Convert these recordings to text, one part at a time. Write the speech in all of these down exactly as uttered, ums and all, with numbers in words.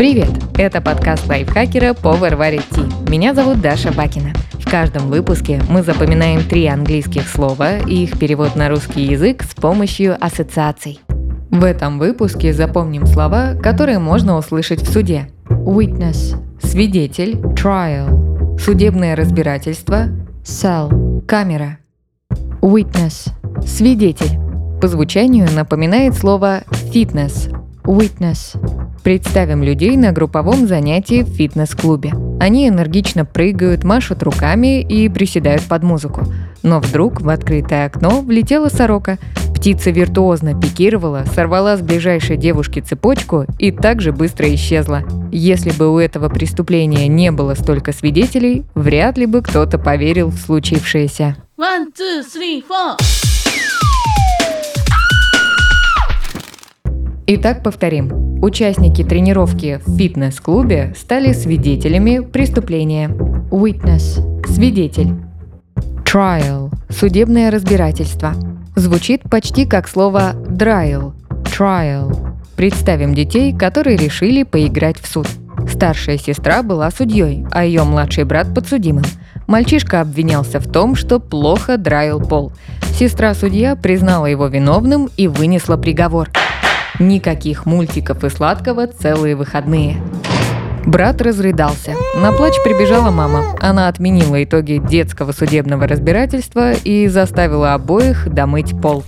Привет! Это подкаст лайфхакера Power варит ти. Меня зовут Даша Бакина. В каждом выпуске мы запоминаем три английских слова и их перевод на русский язык с помощью ассоциаций. В этом выпуске запомним слова, которые можно услышать в суде. Witness – свидетель, trial, судебное разбирательство, cell, камера. Witness – свидетель. По звучанию напоминает слово fitness – witness. Представим людей на групповом занятии в фитнес-клубе. Они энергично прыгают, машут руками и приседают под музыку. Но вдруг в открытое окно влетела сорока. Птица виртуозно пикировала, сорвала с ближайшей девушки цепочку и также быстро исчезла. Если бы у этого преступления не было столько свидетелей, вряд ли бы кто-то поверил в случившееся. One, two, three, four. Итак, повторим. Участники тренировки в фитнес-клубе стали свидетелями преступления. Witness – свидетель. Trial – судебное разбирательство. Звучит почти как слово drill – trial. Представим детей, которые решили поиграть в суд. Старшая сестра была судьей, а ее младший брат подсудимым. Мальчишка обвинялся в том, что плохо драил пол. Сестра-судья признала его виновным и вынесла приговор. Никаких мультиков и сладкого целые выходные. Брат разрыдался. На плач прибежала мама. Она отменила итоги детского судебного разбирательства и заставила обоих домыть пол.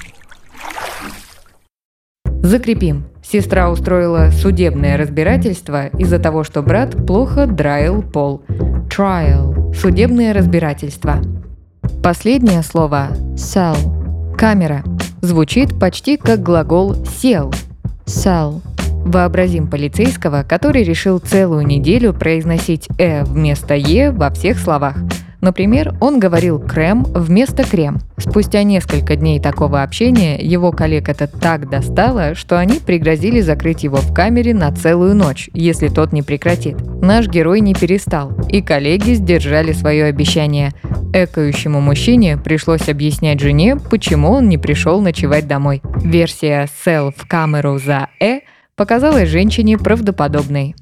Закрепим. Сестра устроила судебное разбирательство из-за того, что брат плохо драил пол. Trial – судебное разбирательство. Последнее слово cell – камера. Звучит почти как глагол «сел» – cell. Вообразим полицейского, который решил целую неделю произносить «э» вместо «е» во всех словах. Например, он говорил «крем» вместо «крем». Спустя несколько дней такого общения его коллег это так достало, что они пригрозили закрыть его в камере на целую ночь, если тот не прекратит. Наш герой не перестал, и коллеги сдержали свое обещание. Экающему мужчине пришлось объяснять жене, почему он не пришел ночевать домой. Версия «сел» в камеру за «э» показалась женщине правдоподобной.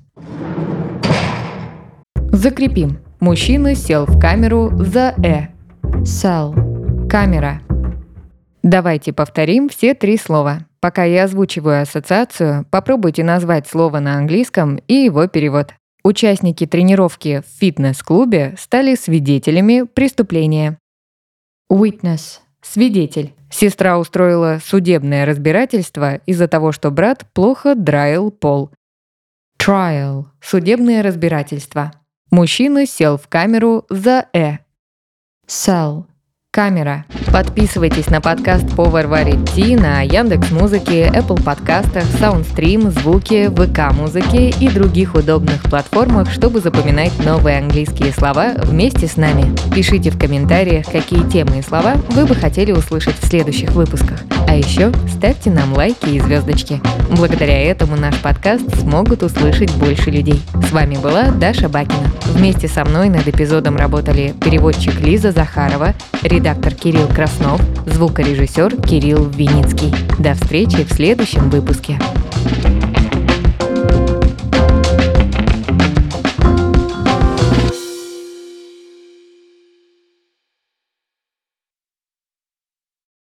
Закрепим. Мужчина сел в камеру за «э». Cell. Камера. Давайте повторим все три слова. Пока я озвучиваю ассоциацию, попробуйте назвать слово на английском и его перевод. Участники тренировки в фитнес-клубе стали свидетелями преступления. Witness – свидетель. Сестра устроила судебное разбирательство из-за того, что брат плохо драил пол. Trial – судебное разбирательство. Мужчина сел в камеру за «э». Cell. Камера. Подписывайтесь на подкаст Power варит ти на Яндекс.Музыке, Apple подкастах, Soundstream, Звуки, ВК-музыке и других удобных платформах, чтобы запоминать новые английские слова вместе с нами. Пишите в комментариях, какие темы и слова вы бы хотели услышать в следующих выпусках. А еще ставьте нам лайки и звездочки. Благодаря этому наш подкаст смогут услышать больше людей. С вами была Даша Бакина. Вместе со мной над эпизодом работали переводчик Лиза Захарова, редактор Кирилл Краснов, звукорежиссер Кирилл Виницкий. До встречи в следующем выпуске.